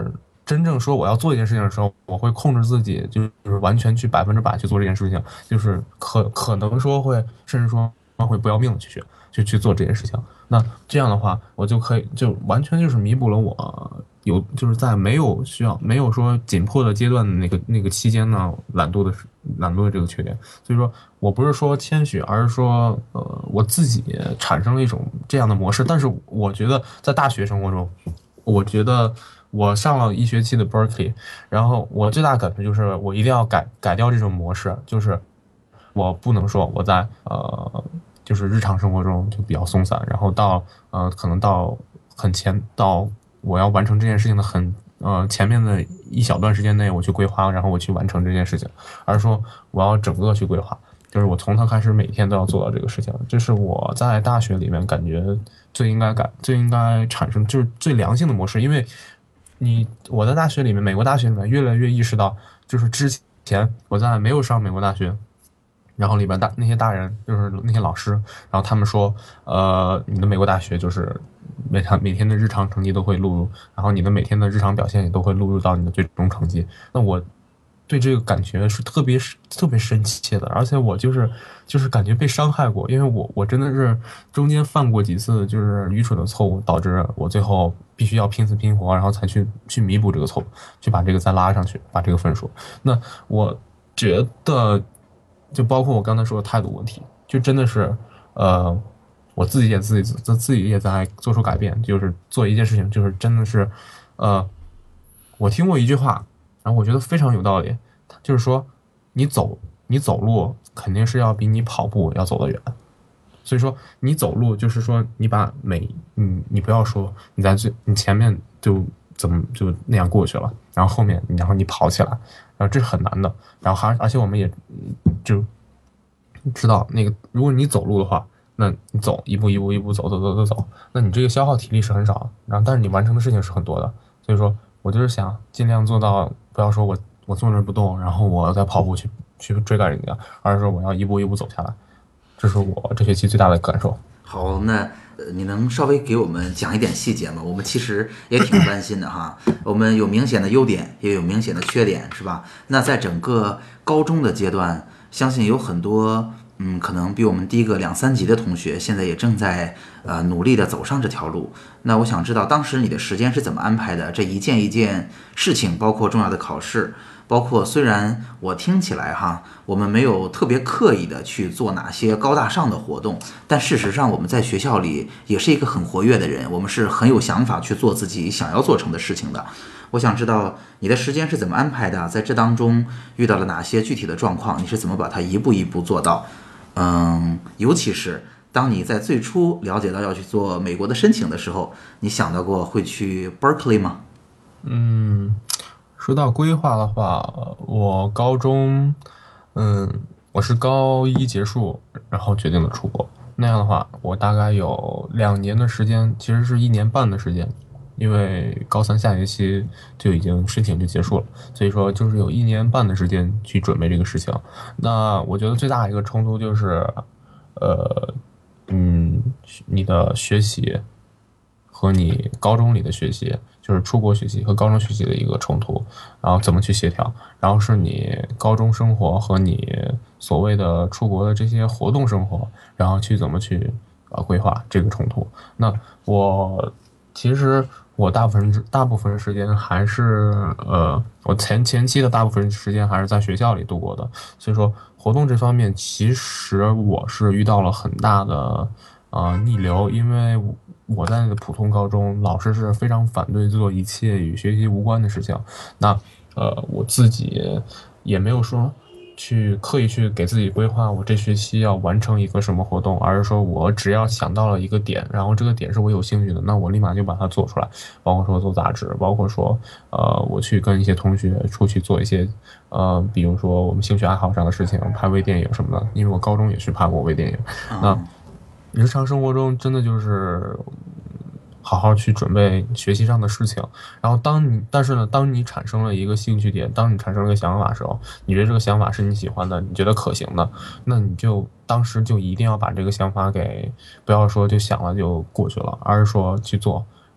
[SPEAKER 2] 真正说我要做一件事情的时候，我会控制自己，就是完全去百分之百去做这件事情，就是可可能说会，甚至说会不要命的去学，去去做这件事情。那这样的话，我就可以就完全就是弥补了我有就是在没有需要没有说紧迫的阶段的那个那个期间呢，懒惰的懒惰的这个缺点。所以说我不是说谦虚，而是说呃我自己产生了一种这样的模式。但是我觉得在大学生活中，我觉得我上了一学期的 Berkeley， 然后我最大感觉就是我一定要改改掉这种模式，就是我不能说我在呃就是日常生活中就比较松散，然后到呃可能到很前到我要完成这件事情的很呃前面的一小段时间内我去规划，然后我去完成这件事情，而是说我要整个去规划，就是我从头开始每天都要做到这个事情。这是我在大学里面感觉最应该改最应该产生就是最良性的模式。因为你我在大学里面美国大学里面越来越意识到，就是之前我在没有上美国大学，然后里边大那些大人就是那些老师，然后他们说，呃，你的美国大学就是每场每天的日常成绩都会录入，然后你的每天的日常表现也都会录入到你的最终成绩。那我对这个感觉是特别特别深切的，而且我就是就是感觉被伤害过，因为我我真的是中间犯过几次就是愚蠢的错误，导致我最后必须要拼死拼活，然后才去去弥补这个错误，去把这个再拉上去，把这个分数。那我觉得。就包括我刚才说的态度问题，就真的是，呃，我自己也自己自自己也在做出改变，就是做一件事情，就是真的是，呃，我听过一句话，然后我觉得非常有道理，就是说，你走你走路肯定是要比你跑步要走得远，所以说你走路就是说你把每你你不要说你在最你前面就怎么就那样过去了，然后后面然后你跑起来，然后这是很难的，然后还而且我们也就知道那个如果你走路的话，那你走一步一步一步走走走走走，那你这个消耗体力是很少的，然后但是你完成的事情是很多的。所以说我就是想尽量做到不要说我我坐那不动，然后我再跑步去去追赶人家，而是说我要一步一步走下来。这是我这学期最大的感受。
[SPEAKER 1] 好，那呃，你能稍微给我们讲一点细节吗？我们其实也挺关心的哈。我们有明显的优点，也有明显的缺点，是吧？那在整个高中的阶段，相信有很多嗯，可能比我们低个两三级的同学，现在也正在呃努力的走上这条路。那我想知道，当时你的时间是怎么安排的？这一件一件事情，包括重要的考试。包括虽然我听起来哈，我们没有特别刻意的去做哪些高大上的活动，但事实上我们在学校里也是一个很活跃的人，我们是很有想法去做自己想要做成的事情的。我想知道你的时间是怎么安排的，在这当中遇到了哪些具体的状况，你是怎么把它一步一步做到？嗯，尤其是当你在最初了解到要去做美国的申请的时候，你想到过会去 Berkeley 吗？
[SPEAKER 2] 嗯。说到规划的话，我高中，嗯，我是高一结束，然后决定的出国。那样的话，我大概有两年的时间，其实是一年半的时间，因为高三下学期就已经申请就结束了，所以说就是有一年半的时间去准备这个事情。那我觉得最大的一个冲突就是，呃，嗯，你的学习和你高中里的学习。就是出国学习和高中学习的一个冲突，然后怎么去协调，然后是你高中生活和你所谓的出国的这些活动生活，然后去怎么去呃规划这个冲突。那我其实我大部分大部分时间还是呃我前前期的大部分时间还是在学校里度过的，所以说活动这方面其实我是遇到了很大的呃逆流，因为我在那个普通高中，老师是非常反对做一切与学习无关的事情。那呃，我自己也没有说去刻意去给自己规划我这学期要完成一个什么活动，而是说我只要想到了一个点，然后这个点是我有兴趣的，那我立马就把它做出来。包括说做杂志，包括说呃，我去跟一些同学出去做一些呃，比如说我们兴趣爱好上的事情，拍微电影什么的。因为我高中也去拍过微电影。那日常生活中真的就是好好去准备学习上的事情，然后当你但是呢，当你产生了一个兴趣点，当你产生了一个想法的时候，你觉得这个想法是你喜欢的，你觉得可行的，那你就当时就一定要把这个想法给不要说就想了就过去了，而是说去做，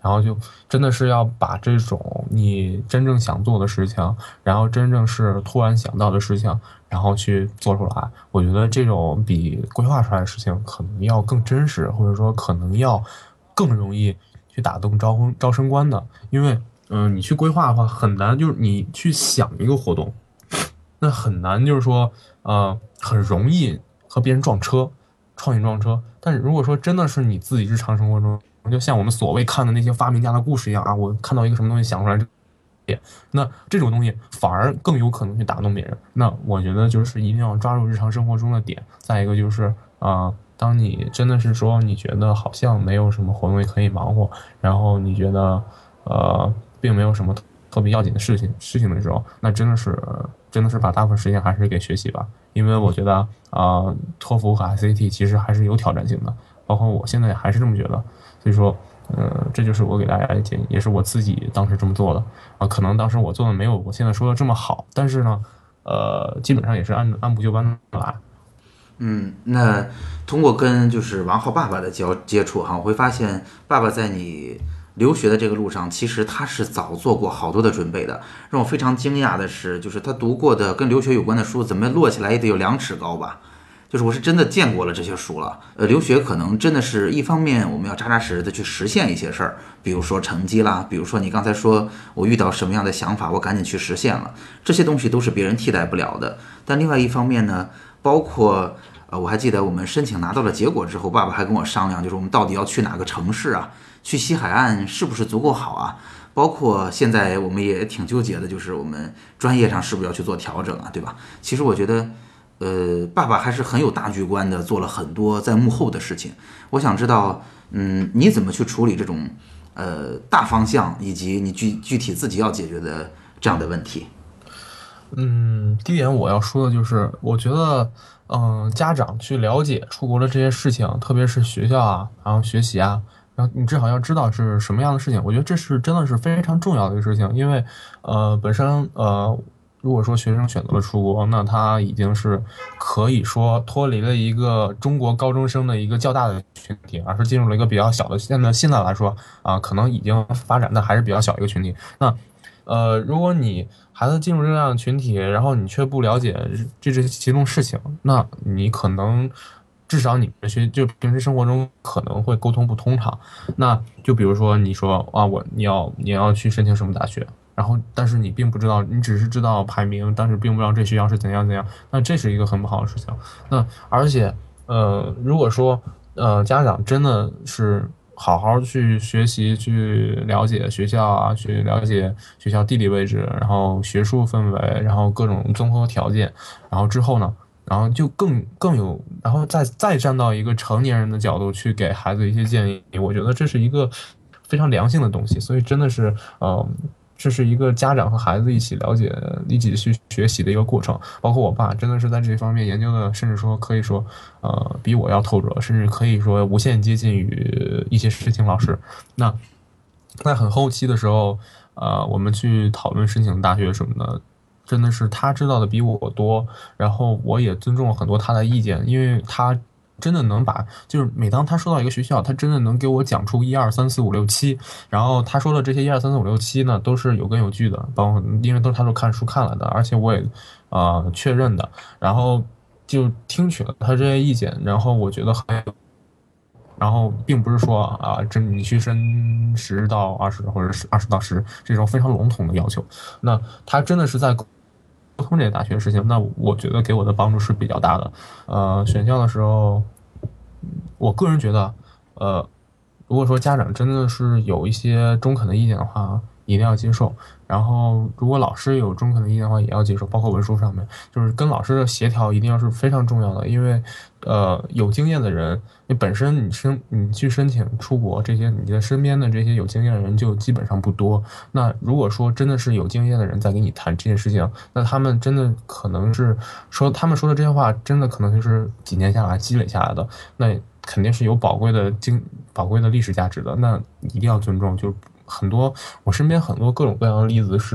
[SPEAKER 2] 然后就真的是要把这种你真正想做的事情，然后真正是突然想到的事情，然后去做出来。我觉得这种比规划出来的事情可能要更真实，或者说可能要更容易去打动招婚招生官的。因为嗯、呃，你去规划的话很难，就是你去想一个活动，那很难就是说呃很容易和别人撞车，创意撞车。但是如果说真的是你自己日常生活中，就像我们所谓看的那些发明家的故事一样啊，我看到一个什么东西想出来，那这种东西反而更有可能去打动别人。那我觉得就是一定要抓住日常生活中的点。再一个就是啊、呃，当你真的是说你觉得好像没有什么活动可以忙活，然后你觉得呃并没有什么特别要紧的事情事情的时候，那真的是真的是把大部分时间还是给学习吧。因为我觉得啊、呃，托福和 S A T 其实还是有挑战性的，包括我现在还是这么觉得。所以说，呃，这就是我给大家的建议，也是我自己当时这么做的啊。可能当时我做的没有我现在说的这么好，但是呢，呃，基本上也是按按部就班的来。
[SPEAKER 1] 嗯，那通过跟就是王浩爸爸的交接触哈，我会发现爸爸在你留学的这个路上，其实他是早做过好多的准备的。让我非常惊讶的是，就是他读过的跟留学有关的书，怎么摞起来也得有两尺高吧。就是我是真的见过了这些书了，呃，留学可能真的是一方面我们要扎扎实实的去实现一些事儿，比如说成绩啦，比如说你刚才说我遇到什么样的想法，我赶紧去实现了，这些东西都是别人替代不了的。但另外一方面呢，包括呃，我还记得我们申请拿到了结果之后，爸爸还跟我商量，就是我们到底要去哪个城市啊，去西海岸是不是足够好啊？包括现在我们也挺纠结的，就是我们专业上是不是要去做调整啊，对吧？其实我觉得。呃，爸爸还是很有大局观的，做了很多在幕后的事情。我想知道，嗯，你怎么去处理这种呃大方向，以及你具具体自己要解决的这样的问题？
[SPEAKER 2] 嗯，第一点我要说的就是，我觉得，嗯、家长去了解出国的这些事情，特别是学校啊，然后学习啊，然后你至少要知道是什么样的事情。我觉得这是真的是非常重要的一个事情，因为，呃，本身呃，如果说学生选择了出国，那他已经是可以说脱离了一个中国高中生的一个较大的群体，而是进入了一个比较小的。现在现在来说啊、可能已经发展的还是比较小一个群体。那呃，如果你孩子进入这样的群体，然后你却不了解这这其中事情，那你可能至少你们学就平时生活中可能会沟通不通畅。那就比如说你说啊，我你要你要去申请什么大学，然后但是你并不知道，你只是知道排名，但是并不知道这学校是怎样怎样，那这是一个很不好的事情。那而且呃，如果说呃家长真的是好好去学习，去了解学校啊，去了解学校地理位置，然后学术氛围，然后各种综合条件，然后之后呢，然后就更更有，然后再再站到一个成年人的角度去给孩子一些建议，我觉得这是一个非常良性的东西。所以真的是，呃，这是一个家长和孩子一起了解、一起去学习的一个过程。包括我爸，真的是在这方面研究的，甚至说可以说，呃，比我要透彻，甚至可以说无限接近于一些事情老师。那在很后期的时候，呃，我们去讨论申请大学什么的，真的是他知道的比我多，然后我也尊重了很多他的意见，因为他真的能把，就是每当他说到一个学校，他真的能给我讲出一二三四五六七，然后他说的这些一二三四五六七呢，都是有根有据的，包括因为都是他说看书看来的，而且我也呃确认的，然后就听取了他这些意见，然后我觉得很有。然后并不是说啊，这你去升十到二十或者是二十到十这种非常笼统的要求，那他真的是在沟通这些大学的事情，那我觉得给我的帮助是比较大的。呃，选校的时候，我个人觉得，呃，如果说家长真的是有一些中肯的意见的话，一定要接受。然后，如果老师有中肯的意见的话，也要接受，包括文书上面，就是跟老师的协调一定要是非常重要的。因为，呃，有经验的人，你本身你申你去申请出国，这些你的身边的这些有经验的人就基本上不多。那如果说真的是有经验的人在跟你谈这件事情，那他们真的可能是说他们说的这些话，真的可能就是几年下来积累下来的，那肯定是有宝贵的经宝贵的历史价值的。那一定要尊重，就很多我身边很多各种各样的例子是，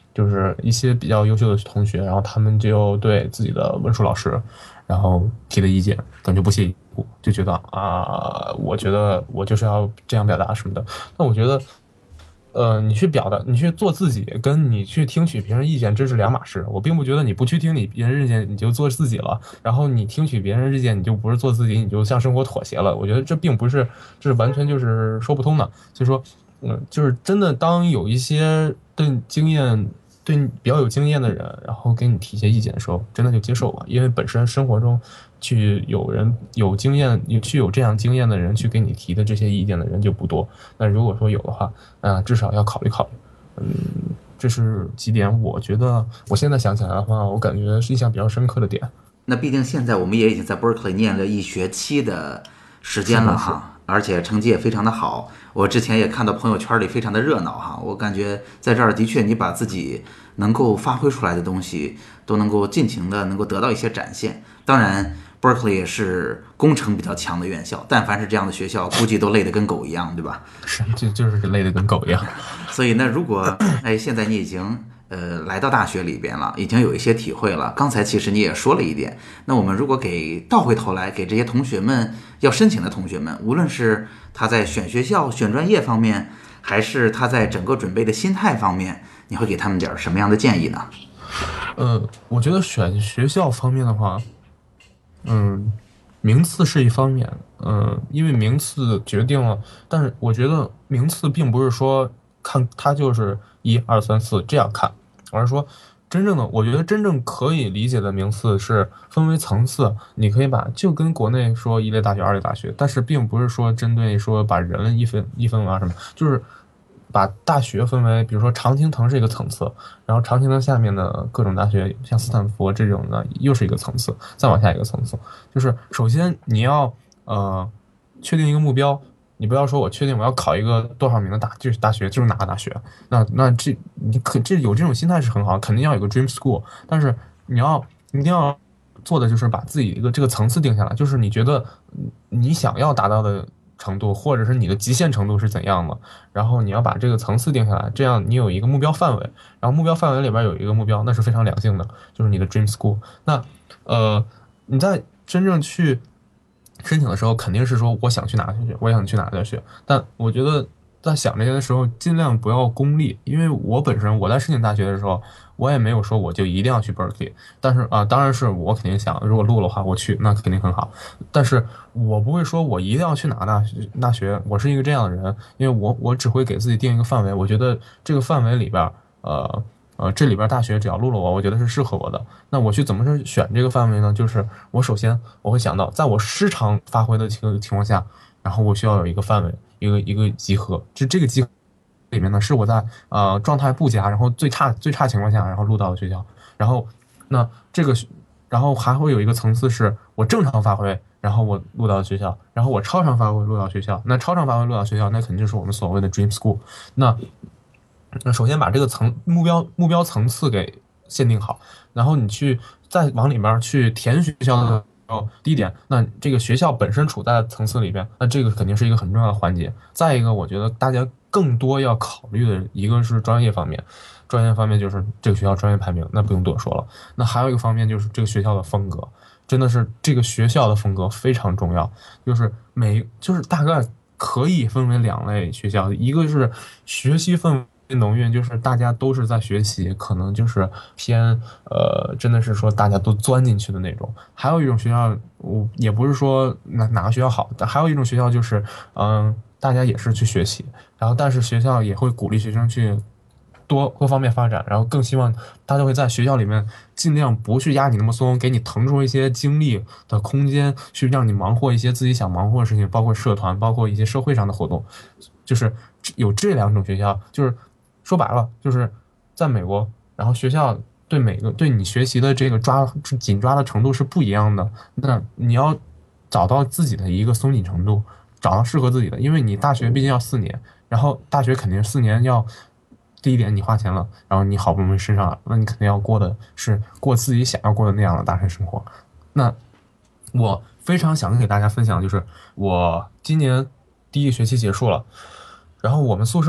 [SPEAKER 2] 就是一些比较优秀的同学，然后他们就对自己的文书老师，然后提的意见感觉不屑一顾，就觉得啊，我觉得我就是要这样表达什么的。那我觉得。呃，你去表达，你去做自己，跟你去听取别人意见，这是两码事。我并不觉得你不去听你别人意见，你就做自己了；然后你听取别人意见，你就不是做自己，你就向生活妥协了。我觉得这并不是，这是完全就是说不通的。所以说，嗯，就是真的，当有一些对经验、对你比较有经验的人，然后给你提一些意见的时候，真的就接受吧，因为本身生活中。去有人有经验，有去有这样经验的人去给你提的这些意见的人就不多。那如果说有的话，啊、呃，至少要考虑考虑。嗯，这是几点，我觉得我现在想起来的话，我感觉是印象比较深刻的点。
[SPEAKER 1] 那毕竟现在我们也已经在 Berkeley 念了一学期的时间了哈，而且成绩也非常的好。我之前也看到朋友圈里非常的热闹哈，我感觉在这儿的确你把自己能够发挥出来的东西都能够尽情的能够得到一些展现。当然。Berkeley 也是工程比较强的院校，但凡是这样的学校，估计都累得跟狗一样，对吧？
[SPEAKER 2] 是，就就是累得跟狗一样。
[SPEAKER 1] 所以呢，如果哎，现在你已经呃来到大学里边了，已经有一些体会了。刚才其实你也说了一点，那我们如果给倒回头来给这些同学们要申请的同学们，无论是他在选学校、选专业方面，还是他在整个准备的心态方面，你会给他们点什么样的建议呢？
[SPEAKER 2] 呃，我觉得选学校方面的话。嗯，名次是一方面，嗯，因为名次决定了，但是我觉得名次并不是说看它就是一二三四这样看，而是说真正的，我觉得真正可以理解的名次是分为层次，你可以把就跟国内说一类大学、二类大学，但是并不是说针对说把人一分一分啊什么，就是。把大学分为，比如说常青藤是一个层次，然后常青藤下面的各种大学，像斯坦福这种的，又是一个层次，再往下一个层次。就是首先你要呃确定一个目标，你不要说我确定我要考一个多少名的大就是大学，就是哪个大学，那那这你可这有这种心态是很好，肯定要有个 dream school， 但是你要一定要做的就是把自己一个这个层次定下来，就是你觉得你想要达到的。程度，或者是你的极限程度是怎样的，然后你要把这个层次定下来，这样你有一个目标范围，然后目标范围里边有一个目标，那是非常良性的，就是你的 dream school。那呃，你在真正去申请的时候，肯定是说我想去哪个学，我想去哪个学，但我觉得在想这些的时候，尽量不要功利，因为我本身我在申请大学的时候。我也没有说我就一定要去 Berkeley， 但是啊、呃，当然是我肯定想，如果录的话我去，那肯定很好。但是我不会说我一定要去哪个大学，大学，我是一个这样的人，因为我我只会给自己定一个范围，我觉得这个范围里边，呃呃，这里边大学只要录了我，我觉得是适合我的。那我去怎么去选这个范围呢？就是我首先我会想到，在我失常发挥的情情况下，然后我需要有一个范围，一个一个集合，就这个集合。里面呢是我在呃状态不佳，然后最差最差情况下，然后录到了学校，然后那这个，然后还会有一个层次是我正常发挥，然后我录到学校，然后我超常发挥录到学校，那超常发挥录到学校，那肯定就是我们所谓的 dream school。那那首先把这个层目标目标层次给限定好，然后你去再往里面去填学校的。哦，第一点，那这个学校本身处在层次里边，那这个肯定是一个很重要的环节。再一个，我觉得大家更多要考虑的一个是专业方面，专业方面就是这个学校专业排名，那不用多说了。那还有一个方面就是这个学校的风格，真的是这个学校的风格非常重要。就是每就是大概可以分为两类学校，一个是学习氛围。浓郁就是大家都是在学习，可能就是偏呃，真的是说大家都钻进去的那种。还有一种学校，我也不是说哪哪个学校好，但还有一种学校就是，嗯，大家也是去学习，然后但是学校也会鼓励学生去多多方面发展，然后更希望大家会在学校里面尽量不去压你那么松，给你腾出一些精力的空间，去让你忙活一些自己想忙活的事情，包括社团，包括一些社会上的活动，就是有这两种学校，就是。说白了，就是在美国，然后学校对每个对你学习的这个抓紧抓的程度是不一样的。那你要找到自己的一个松紧程度，找到适合自己的。因为你大学毕竟要四年，然后大学肯定四年要第一点你花钱了，然后你好不容易升上来，那你肯定要过的是过自己想要过的那样的大学生活。那我非常想给大家分享，就是我今年第一个学期结束了，然后我们宿舍。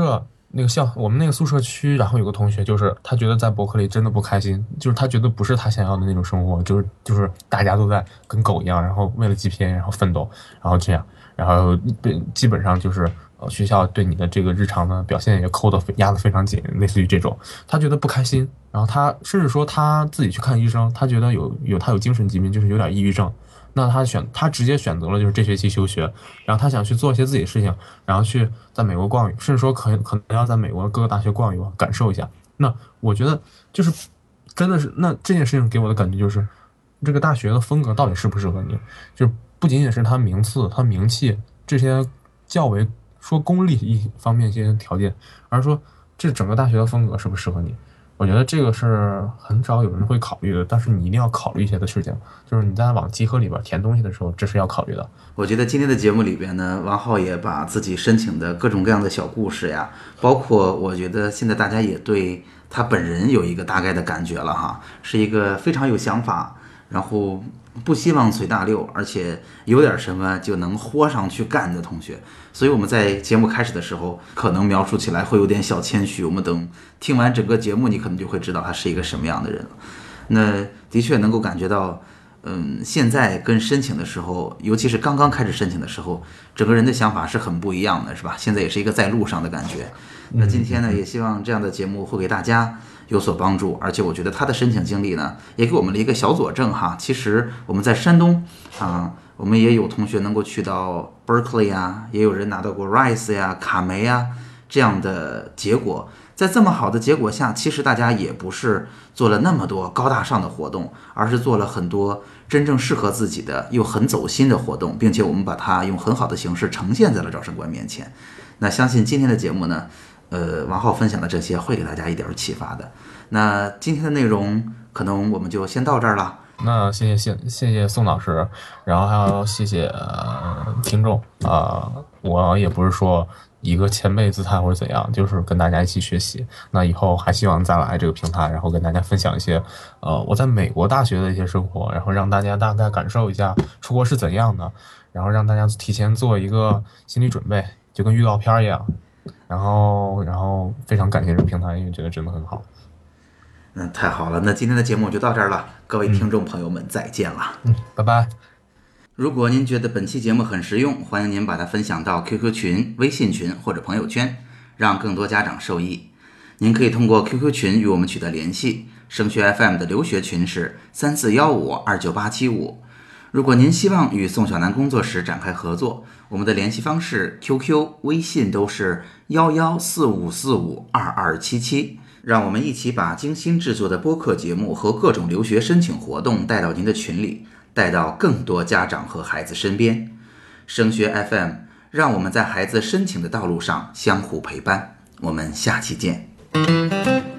[SPEAKER 2] 那个校我们那个宿舍区，然后有个同学，就是他觉得在伯克利真的不开心，就是他觉得不是他想要的那种生活，就是就是大家都在跟狗一样，然后为了 G P A 然后奋斗，然后这样，然后基本上就是呃学校对你的这个日常的表现也扣的压得非常紧，类似于这种，他觉得不开心，然后他甚至说他自己去看医生，他觉得有有他有精神疾病，就是有点抑郁症。那他选他直接选择了就是这学期休学，然后他想去做一些自己的事情，然后去在美国逛一，甚至说可可能要在美国各个大学逛一逛，感受一下。那我觉得就是真的是，那这件事情给我的感觉就是，这个大学的风格到底适不适合你？就不仅仅是它名次、它名气这些较为说功利一方面一些条件，而是说这整个大学的风格适不适合你。我觉得这个是很少有人会考虑的，但是你一定要考虑一些的事情，就是你在往集合里边填东西的时候，这是要考虑的。
[SPEAKER 1] 我觉得今天的节目里边呢，王浩也把自己申请的各种各样的小故事呀，包括我觉得现在大家也对他本人有一个大概的感觉了哈，是一个非常有想法，然后不希望随大溜，而且有点什么就能豁上去干的同学。所以我们在节目开始的时候，可能描述起来会有点小谦虚，我们等听完整个节目，你可能就会知道他是一个什么样的人了。那的确能够感觉到，嗯，现在跟申请的时候，尤其是刚刚开始申请的时候，整个人的想法是很不一样的，是吧？现在也是一个在路上的感觉。那今天呢，也希望这样的节目会给大家有所帮助，而且我觉得他的申请经历呢，也给我们了一个小佐证哈。其实我们在山东啊，我们也有同学能够去到 Berkeley 啊，也有人拿到过 Rice 呀、卡梅啊这样的结果。在这么好的结果下，其实大家也不是做了那么多高大上的活动，而是做了很多真正适合自己的又很走心的活动，并且我们把它用很好的形式呈现在了招生官面前。那相信今天的节目呢，呃，王浩分享的这些会给大家一点启发的。那今天的内容可能我们就先到这儿了。
[SPEAKER 2] 那谢谢谢谢谢宋老师，然后还要谢谢、呃、听众啊、呃，我也不是说一个前辈姿态或者怎样，就是跟大家一起学习。那以后还希望再来这个平台，然后跟大家分享一些呃我在美国大学的一些生活，然后让大家大概感受一下出国是怎样的，然后让大家提前做一个心理准备，就跟预告片一样。然后然后非常感谢这个平台，因为觉得真的很好。
[SPEAKER 1] 嗯，太好了，那今天的节目就到这儿了，各位听众朋友们，再见了。
[SPEAKER 2] 嗯，拜拜。
[SPEAKER 1] 如果您觉得本期节目很实用，欢迎您把它分享到 Q Q 群、微信群或者朋友圈，让更多家长受益。您可以通过 Q Q 群与我们取得联系，升学 F M 的留学群是三四一五二九八七五。如果您希望与宋小南工作室展开合作，我们的联系方式 Q Q、微信都是幺幺四五四五二二七七。让我们一起把精心制作的播客节目和各种留学申请活动带到您的群里，带到更多家长和孩子身边。升学 F M， 让我们在孩子申请的道路上相互陪伴。我们下期见。